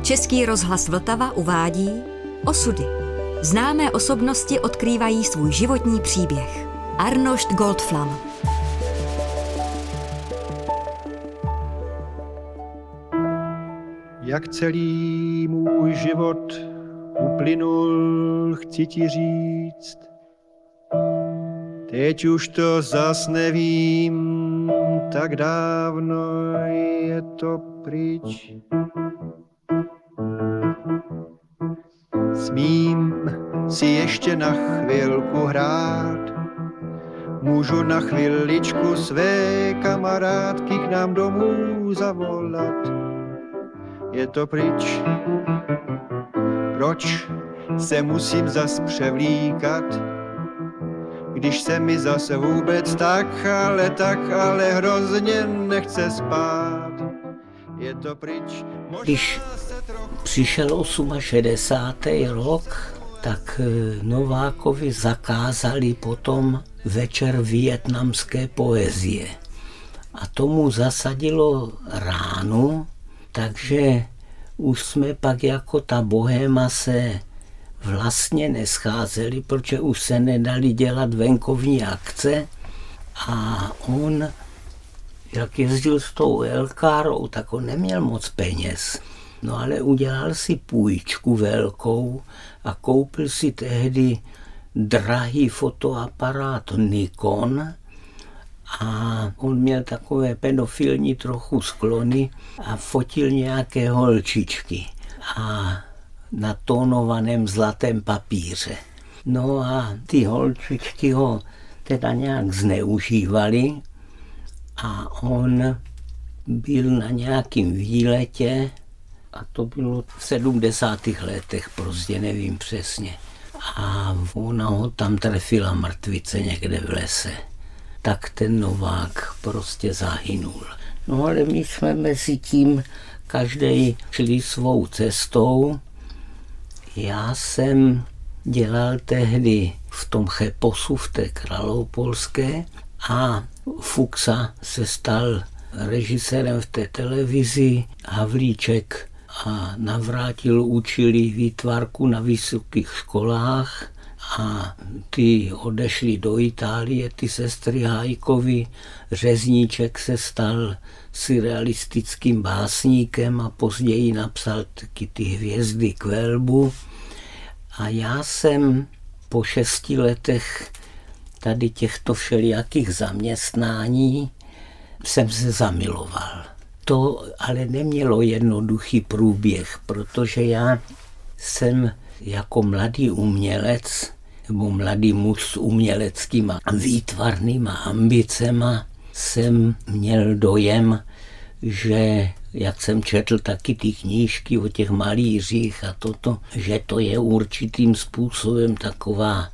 Český rozhlas Vltava uvádí Osudy. Známé osobnosti odkrývají svůj životní příběh. Arnošt Goldflam. Jak celý můj život uplynul, chci ti říct. Teď už to zas nevím, tak dávno je to pryč. Smím si ještě na chvilku hrát, můžu na chviličku své kamarádky k nám domů zavolat. Je to pryč, proč se musím zas převlíkat, když se mi zase vůbec tak ale hrozně nechce spát. Je to pryč, když přišel 68. rok, tak Novákovi zakázali potom večer vietnamské poezie. A tomu zasadilo ránu, takže už jsme pak jako ta bohéma se vlastně nescházeli, protože už se nedali dělat venkovní akce a on, jak jezdil s tou elkárou, tak on neměl moc peněz. No ale udělal si půjčku velkou a koupil si tehdy drahý fotoaparát Nikon a on měl takové pedofilní trochu sklony a fotil nějaké holčičky a na tónovaném zlatém papíře. No a ty holčičky ho teda nějak zneužívaly a on byl na nějakým výletě a to bylo v 70. letech, prostě nevím přesně. A ona ho tam trefila mrtvice někde v lese. Tak ten Novák prostě zahynul. No ale my jsme mezi tím každý šli svou cestou. Já jsem dělal tehdy v tom Cheposu, v té Královopolské a Fuxa se stal režisérem v té televizi, Havlíček a Navrátil učili výtvarku na vysokých školách a ty odešli do Itálie, ty sestry Hájkovi. Řezníček se stal surrealistickým básníkem a později napsal taky ty Hvězdy k Velbu. A já jsem po 6 letech tady těchto všelijakých zaměstnání jsem se zamiloval. To ale nemělo jednoduchý průběh, protože já jsem jako mladý umělec nebo mladý muž s uměleckýma výtvarnýma ambicema jsem měl dojem, že jak jsem četl taky ty knížky o těch malířích a toto, že to je určitým způsobem taková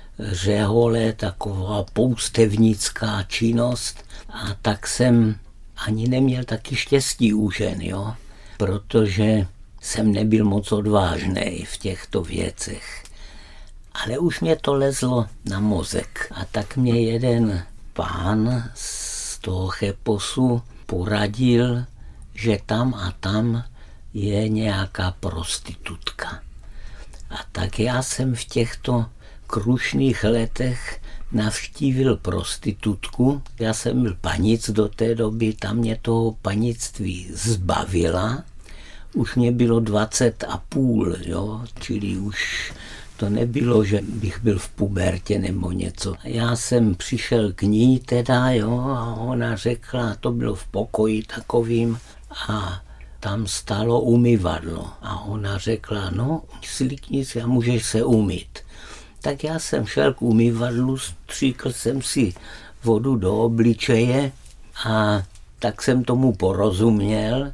řehole, taková poustevnická činnost a tak jsem ani neměl taky štěstí u žen, jo? Protože jsem nebyl moc odvážný v těchto věcech. Ale už mě to lezlo na mozek a tak mě jeden pán z toho Cheposu poradil, že tam a tam je nějaká prostitutka. A tak já jsem v těchto krušných letech navštívil prostitutku. Já jsem byl panic do té doby, tam mě toho panictví zbavila. Už mě bylo 20,5, jo, čili už to nebylo, že bych byl v pubertě nebo něco. Já jsem přišel k ní teda, jo, a ona řekla, to bylo v pokoji takovým a tam stálo umyvadlo. A ona řekla, no, slíkni si a můžeš se umýt. Tak já jsem šel k umyvadlu, stříkl jsem si vodu do obličeje a tak jsem tomu porozuměl.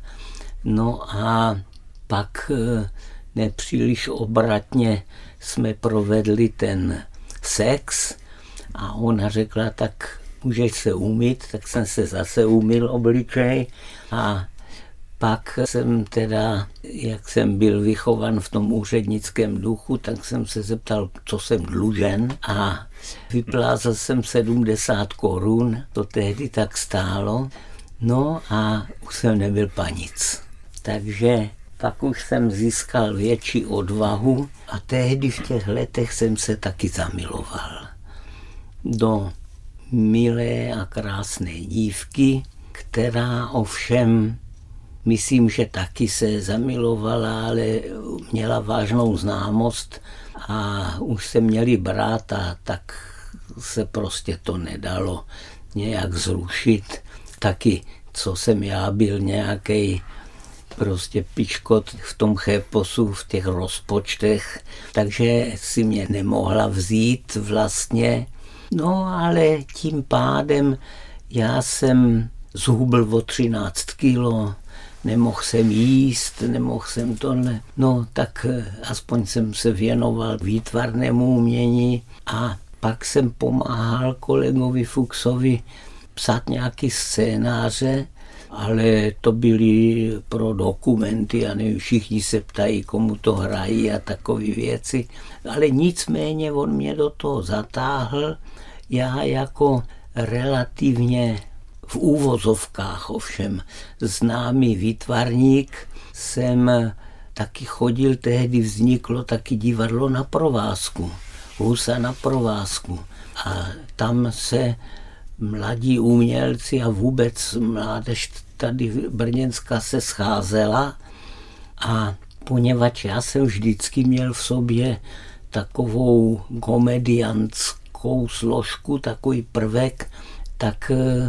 No a pak nepříliš obratně jsme provedli ten sex a ona řekla, tak můžeš se umýt, tak jsem se zase umyl obličej a pak jsem teda, jak jsem byl vychovan v tom úřednickém duchu, tak jsem se zeptal, co jsem dlužen a vyplázal jsem 70 korun, to tehdy tak stálo, no a už jsem nebyl panic. Takže Pak už jsem získal větší odvahu a tehdy v těch letech jsem se taky zamiloval do milé a krásné dívky, která ovšem, myslím, že taky se zamilovala, ale měla vážnou známost a už se měli brát a tak se prostě to nedalo nějak zrušit. Taky, co jsem já byl nějaký prostě pičkot v tom cheposu, v těch rozpočtech, takže si mě nemohla vzít vlastně. No ale tím pádem já jsem zhubl o 13 kilo, nemohl jsem jíst, nemohl jsem tohle. No tak aspoň jsem se věnoval výtvarnému umění a pak jsem pomáhal kolegovi Fuchsovi psát nějaký scénáře, ale to byly pro dokumenty a nevím, všichni se ptají, komu to hrají a takové věci. Ale nicméně on mě do toho zatáhl. Já jako relativně v úvozovkách ovšem známý výtvarník jsem taky chodil, tehdy vzniklo taky divadlo Na provázku, Husa Na provázku. A tam se mladí umělci a vůbec mládež tady brněnská se scházela a poněvadž já jsem vždycky měl v sobě takovou komediantskou složku, takový prvek, tak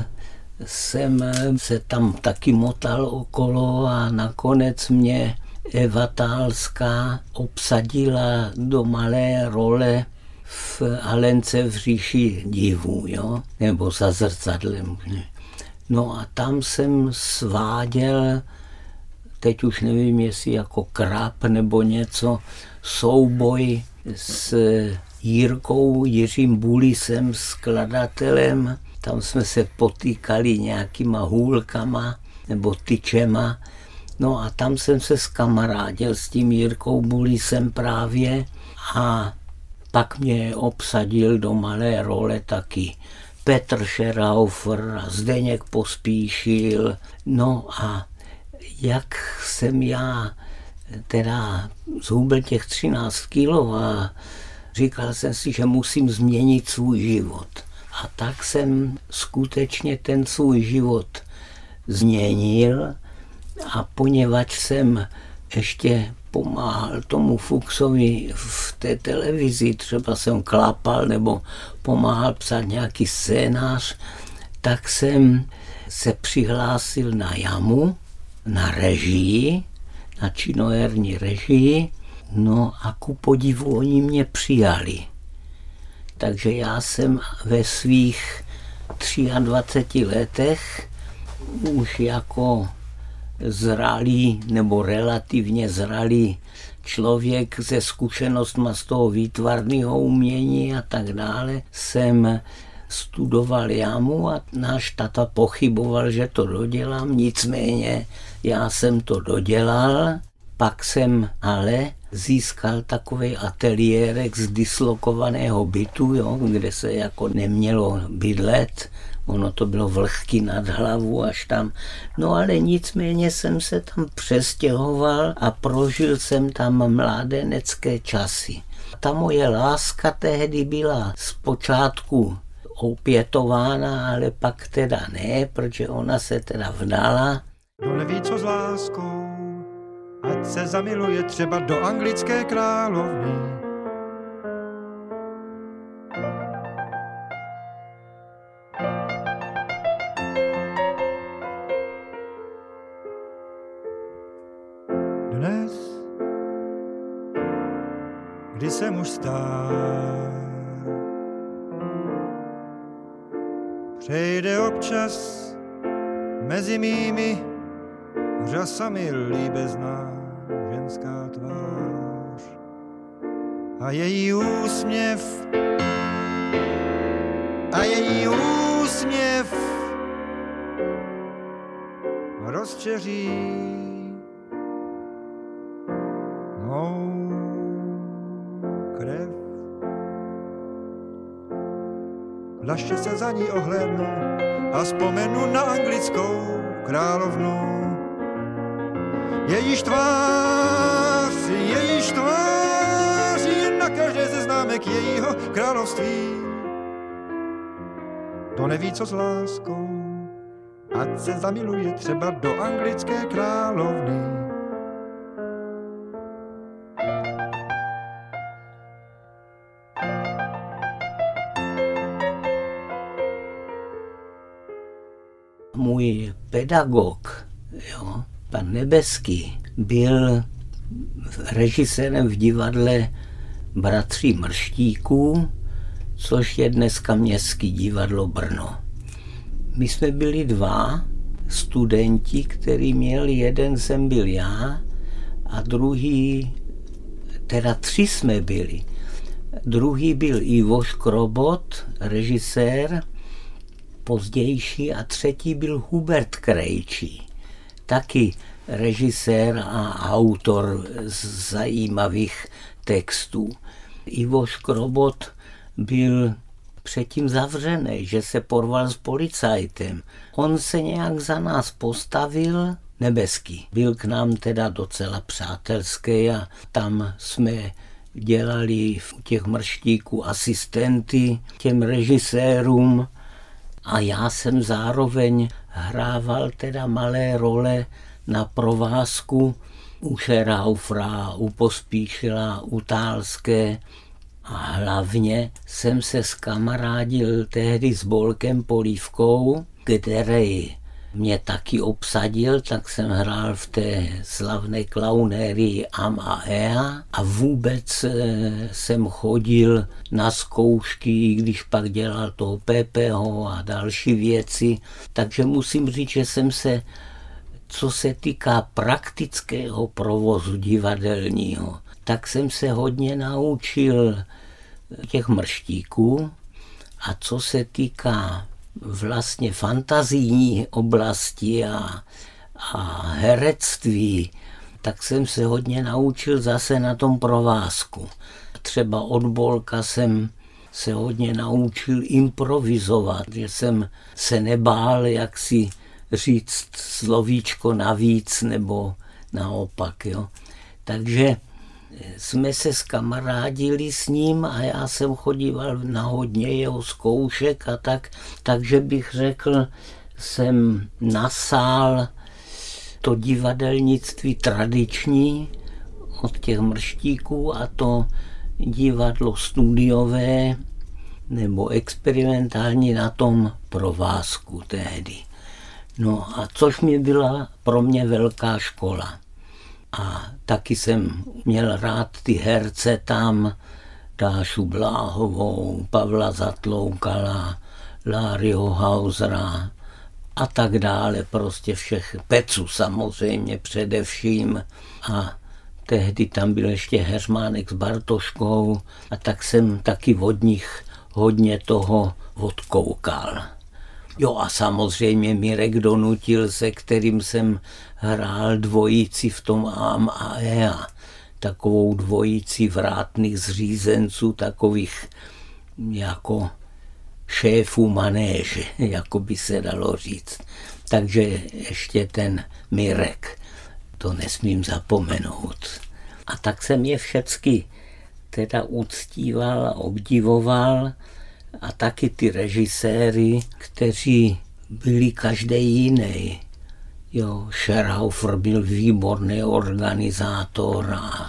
jsem se tam taky motal okolo a nakonec mě Eva Tálská obsadila do malé role v Alence v říši divů, jo? Nebo Za zrcadlem. No a tam jsem sváděl, teď už nevím, jestli jako Krab nebo něco, souboj s Jirkou Jiřím Bulisem, skladatelem. Tam jsme se potýkali nějakýma hůlkama nebo tyčema. No a tam jsem se skamarádil s tím Jirkou Bulisem právě a pak mě obsadil do malé role taky Petr Šeraufer a Zdeněk Pospíšil. No a jak jsem já teda zhubil těch 13 kilo a říkal jsem si, že musím změnit svůj život. A tak jsem skutečně ten svůj život změnil a poněvadž jsem ještě pomáhal tomu Fuchsovi v té televizi, třeba jsem klapal nebo pomáhal psát nějaký scénář, tak jsem se přihlásil na JAMu, na režii, na činoherní režii, no a ku podivu oni mě přijali. Takže já jsem ve svých 23 letech už jako zralý nebo relativně zralý člověk se zkušenostma z toho výtvarného umění a tak dále jsem studoval JAMu a náš tata pochyboval, že to dodělám, nicméně já jsem to dodělal. Pak jsem ale získal takový ateliérek z dislokovaného bytu, jo, kde se jako nemělo bydlet. Ono to bylo vlhký nad hlavu až tam. No ale nicméně jsem se tam přestěhoval a prožil jsem tam mládenecké časy. Ta moje láska tehdy byla zpočátku opětována, ale pak teda ne, protože ona se teda vdala. Kdo neví, co s láskou, ať se zamiluje třeba do anglické královny. Dnes, kdy jsem už stár, přejde občas mezi mými řasami líbezná ženská tvář a její úsměv rozčeří mou krev. Laště se za ní ohlédnu a vzpomenu na anglickou královnu. Jejíž tvář je na každé ze známek jejího království. Kdo neví, co s láskou, ať se zamiluje třeba do anglické královny. Můj pedagog, jo, pan Nebeský, byl režisérem v divadle Bratří Mrštíků, což je dneska Městské divadlo Brno. My jsme byli 2 studenti, který měl, jeden jsem byl já a druhý, teda 3 jsme byli. Druhý byl Ivo Škrobot, režisér, pozdější, a třetí byl Hubert Krejčí, taky režisér a autor zajímavých textů. Ivo Škrobot byl předtím zavřený, že se porval s policajtem. On se nějak za nás postavil, Nebeský. Byl k nám teda docela přátelský a tam jsme dělali u těch Mrštíků asistenty těm režisérům a já jsem zároveň hrával teda malé role na provázku u Šeraufra, u Pospíšila, u Tálské. A hlavně jsem se skamarádil tehdy s Bolkem Polívkou, který mě taky obsadil, tak jsem hrál v té slavné klaunérii Am a Ea a vůbec jsem chodil na zkoušky, když pak dělal toho PPH a další věci. Takže musím říct, že jsem se, co se týká praktického provozu divadelního, tak jsem se hodně naučil těch Mrštíků a co se týká vlastně fantazijní oblasti a herectví, tak jsem se hodně naučil zase na tom provázku. Třeba od Bolka jsem se hodně naučil improvizovat, že jsem se nebál, jak si říct slovíčko navíc nebo naopak. Jo. Takže jsme se skamarádili s ním a já jsem chodíval na hodně jeho zkoušek a tak, takže bych řekl, jsem nasál to divadelnictví tradiční od těch Mrštíků a to divadlo studiové nebo experimentální na tom provázku tehdy. No a což mi byla pro mě velká škola. A taky jsem měl rád ty herce tam, Dášu Bláhovou, Pavla Zatloukala, Láryho Hausera a tak dále, prostě všech, Pecu samozřejmě především. A tehdy tam byl ještě Heřmánek s Bartoškou a tak jsem taky od nich hodně toho odkoukal. Jo a samozřejmě Mirek Donutil, se kterým jsem hrál dvojici v tom Am a Ea. Takovou dvojici vrátných zřízenců, takových jako šéfů manéže, jako by se dalo říct. Takže ještě ten Mirek, to nesmím zapomenout. A tak jsem je všecky teda uctíval a obdivoval a taky ty režiséry, kteří byli každý jiný. Jo, Šeraufr byl výborný organizátor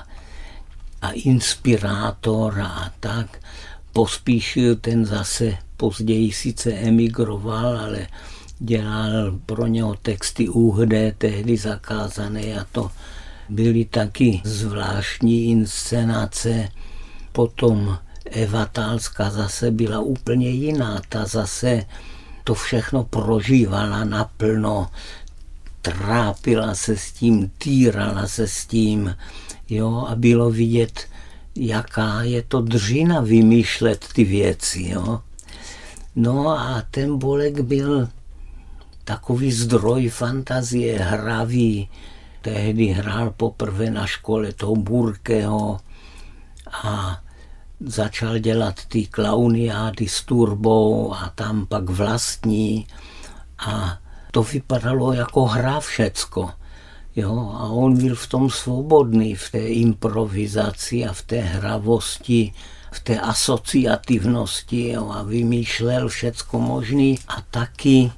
a inspirátor a tak. Pospíšil, ten zase později sice emigroval, ale dělal pro něho texty úhde, tehdy zakázané a to byly taky zvláštní inscenace. Potom Eva Tálská zase byla úplně jiná, ta zase to všechno prožívala naplno, trápila se s tím, týrala se s tím, jo, a bylo vidět, jaká je to dřina vymýšlet ty věci, jo. No a ten Bolek byl takový zdroj fantazie, hravý, tehdy hrál poprvé na škole toho Burkeho a začal dělat ty klauniády s Turbou a tam pak vlastní a to vypadalo jako hra všecko. Jo, a on byl v tom svobodný, v té improvizaci a v té hravosti, v té asociativnosti, jo, a vymýšlel všecko možný. A taky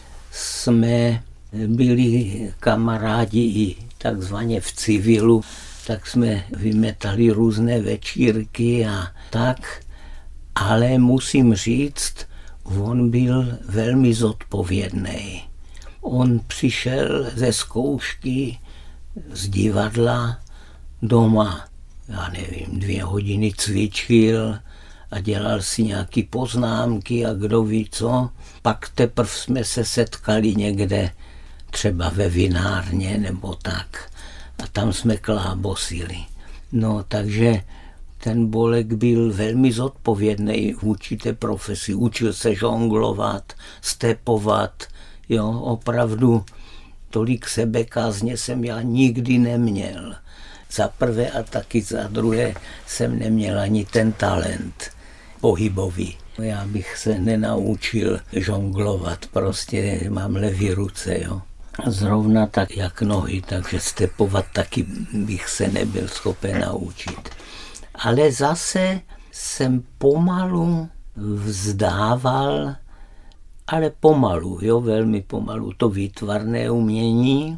jsme byli kamarádi i takzvaně v civilu, tak jsme vymetali různé večírky a tak. Ale musím říct, on byl velmi zodpovědný. On přišel ze zkoušky z divadla doma, já nevím, 2 hodiny cvičil a dělal si nějaké poznámky a kdo ví co. Pak teprve jsme se setkali někde, třeba ve vinárně nebo tak. A tam jsme klábosili. No, takže ten Bolek byl velmi zodpovědný vůči té profesi. Učil se žonglovat, stepovat. Jo, opravdu tolik sebekázně jsem já nikdy neměl. Za prvé a taky za druhé jsem neměl ani ten talent pohybový. Já bych se nenaučil žonglovat, prostě mám levý ruce, jo. A zrovna tak jak nohy, takže stepovat taky bych se nebyl schopen naučit. Ale zase jsem pomalu vzdával, ale pomalu, jo, velmi pomalu, to výtvarné umění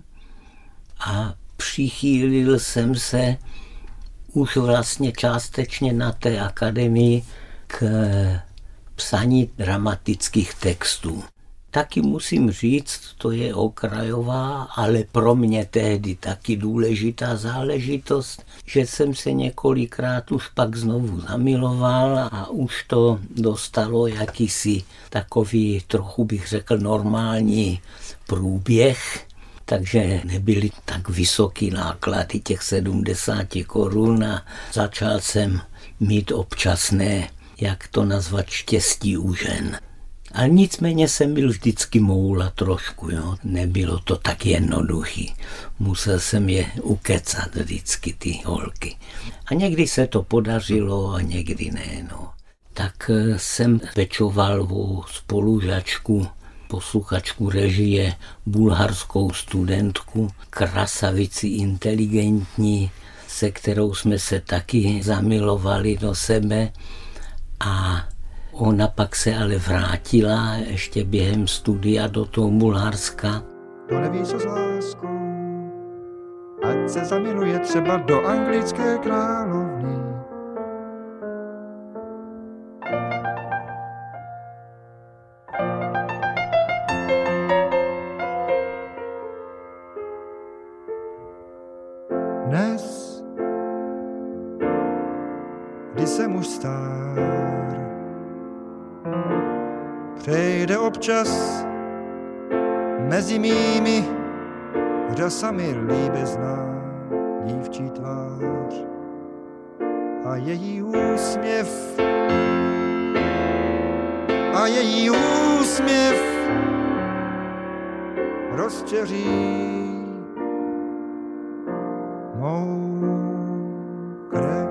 a přichýlil jsem se už vlastně částečně na té akademii k psaní dramatických textů. Taky musím říct, to je okrajová, ale pro mě tehdy taky důležitá záležitost, že jsem se několikrát už pak znovu zamiloval a už to dostalo jakýsi takový, trochu bych řekl, normální průběh, takže nebyly tak vysoký náklady těch 70 korun a začal jsem mít občasné, jak to nazvat, štěstí u žen. Ale nicméně jsem byl vždycky moula trošku, jo. Nebylo to tak jednoduchý. Musel jsem je ukecat vždycky, ty holky. A někdy se to podařilo a někdy ne, no. Tak jsem pečoval o spolužačku, posluchačku režie, bulharskou studentku, krasavici inteligentní, se kterou jsme se taky zamilovali do sebe a ona pak se ale vrátila ještě během studia do toho Bulharska. Kdo neví, co s láskou, ať se zamiluje třeba do anglické královny. Dnes, kdy jsem už stár, přejde občas mezi mými řasami líbezná dívčí tvář a její úsměv rozčeří mou krev.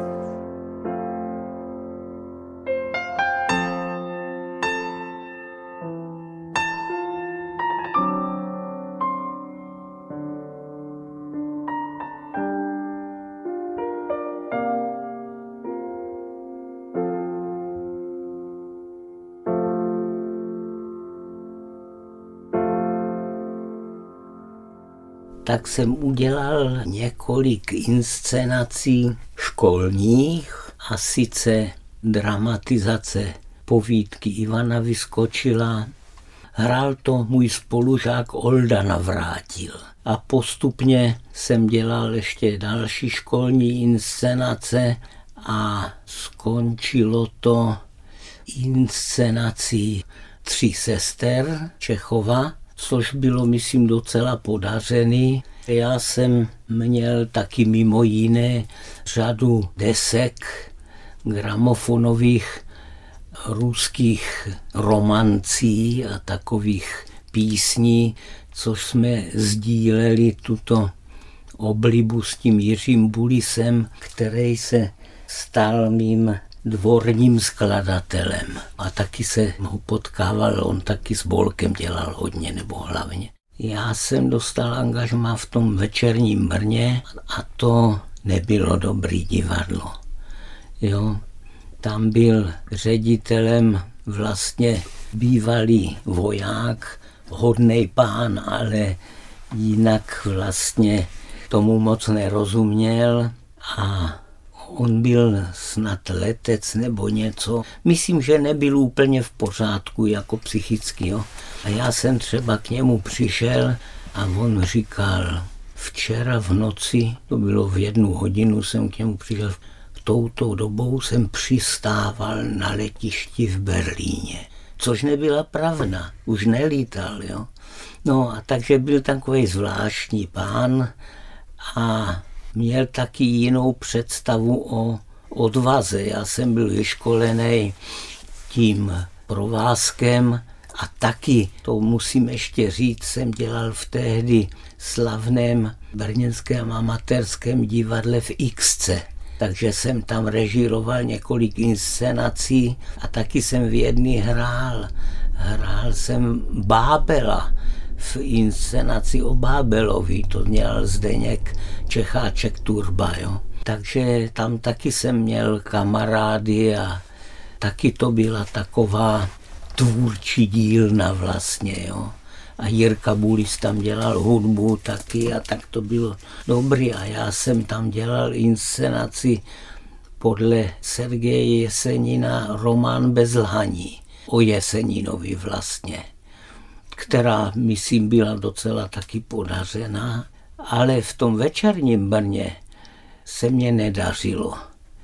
Tak jsem udělal několik inscenací školních a sice dramatizace povídky Ivana Vyskočila. Hrál to můj spolužák Olda Navrátil. A postupně jsem dělal ještě další školní inscenace a skončilo to inscenací 3 sester Čechova, což bylo, myslím, docela podařený. Já jsem měl taky mimo jiné řadu desek gramofonových ruských romancí a takových písní, což jsme sdíleli tuto oblibu s tím Jiřím Bulisem, který se stal mým dvorním skladatelem. A taky se ho potkával, on taky s Bolkem dělal hodně, nebo hlavně. já jsem dostal angažmá v tom Večerním Brně a to nebylo dobrý divadlo. Jo, tam byl ředitelem vlastně bývalý voják, hodnej pán, ale jinak vlastně tomu moc nerozuměl a on byl snad letec nebo něco. Myslím, že nebyl úplně v pořádku jako psychicky. Jo. A já jsem třeba k němu přišel a on říkal, včera v noci, to bylo v 1 hodinu, jsem k němu přišel, touto dobou jsem přistával na letišti v Berlíně. Což nebyla pravda, už nelítal. Jo. No a takže byl takový zvláštní pán a měl taky jinou představu o odvaze. Já jsem byl vyškolený tím provázkem a taky, to musím ještě říct, jsem dělal v tehdy slavném brněnském amatérském divadle v Xce. Takže jsem tam režíroval několik inscenací a taky jsem v jedné hrál. Hrál jsem Bábela v inscenaci o Bábelovi, to měl Zdeněk Čecháček Turba. Jo. Takže tam taky jsem měl kamarády a taky to byla taková tvůrčí dílna vlastně. Jo. A Jirka Bulis tam dělal hudbu taky a tak to bylo dobrý. A já jsem tam dělal inscenaci podle Sergeje Jesenina Román bez lhaní. O Jeseninovi vlastně, která, myslím, byla docela taky podařená. Ale v tom Večerním Brně se mě nedařilo.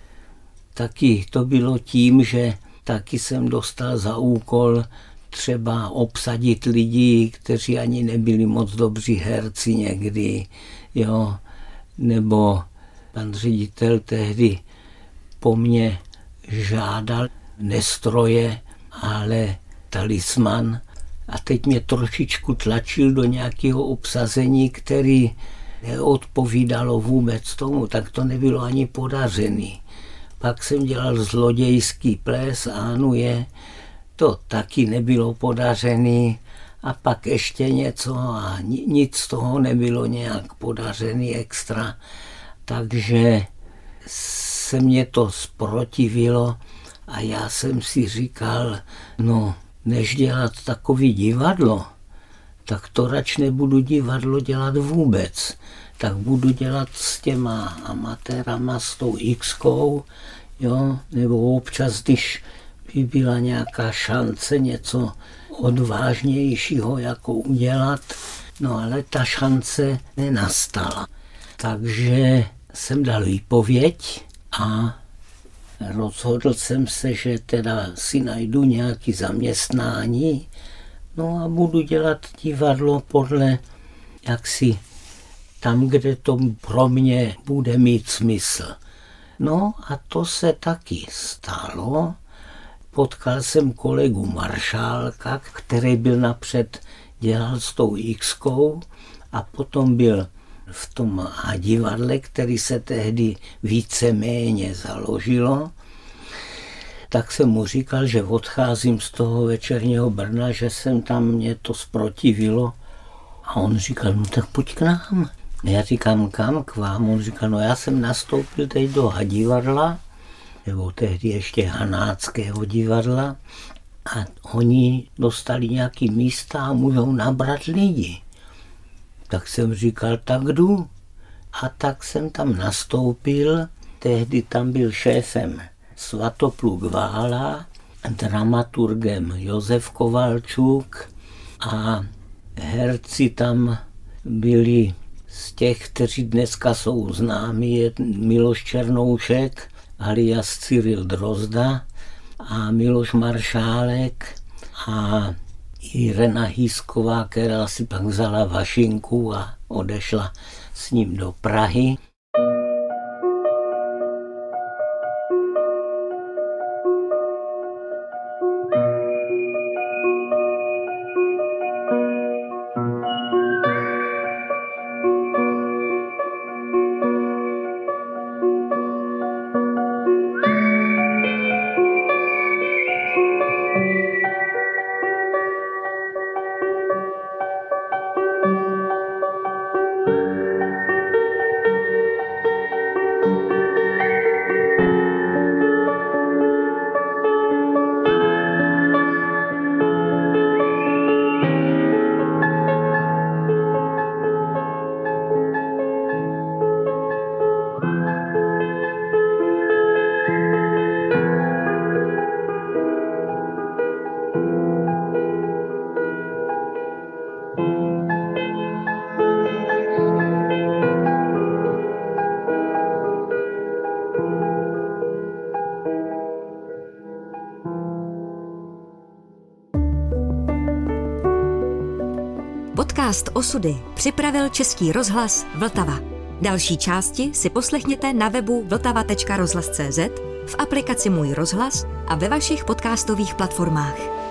Taky to bylo tím, že taky jsem dostal za úkol třeba obsadit lidi, kteří ani nebyli moc dobří herci někdy, jo, nebo pan ředitel tehdy po mně žádal Nestroje, ale Talisman a teď mě trošičku tlačil do nějakého obsazení, který neodpovídalo vůbec tomu, tak to nebylo ani podařený. Pak jsem dělal Zlodějský ples, Ánuje, to taky nebylo podařený a pak ještě něco a nic z toho nebylo nějak podařený extra. Takže se mě to zprotivilo a já jsem si říkal, no než dělat takový divadlo, tak to radši nebudu divadlo dělat vůbec. Tak budu dělat s těma amatérama, s tou Xkou, jo, nebo občas, když by byla nějaká šance něco odvážnějšího jako udělat, no ale ta šance nenastala. Takže jsem dal výpověď a rozhodl jsem se, že teda si najdu nějaké zaměstnání, no a budu dělat divadlo podle jaksi tam, kde to pro mě bude mít smysl. No a to se taky stalo. Potkal jsem kolegu Maršálka, který byl napřed dělal s tou Xkou a potom byl v tom divadle, který se tehdy víceméně založilo. Tak jsem mu říkal, že odcházím z toho Večerního Brna, že jsem tam, mě to zprotivilo. A on říkal, no tak pojď k nám. Já říkám, kam k vám? On říkal, no já jsem nastoupil teď do divadla, nebo tehdy ještě Hanáckého divadla a oni dostali nějaký místa a můžou nabrat lidi. Tak jsem říkal, tak jdu. A tak jsem tam nastoupil, tehdy tam byl šéfem Svatopluk Vála, dramaturgem Josef Kovalčuk a herci tam byli z těch, kteří dneska jsou známí, je Miloš Černoušek, alias Cyril Drozda a Miloš Maršálek a Irena Hýsková, která si pak vzala Vašinku a odešla s ním do Prahy. Podcast Osudy připravil Český rozhlas Vltava. Další části si poslechněte na webu vltava.rozhlas.cz, v aplikaci Můj rozhlas a ve vašich podcastových platformách.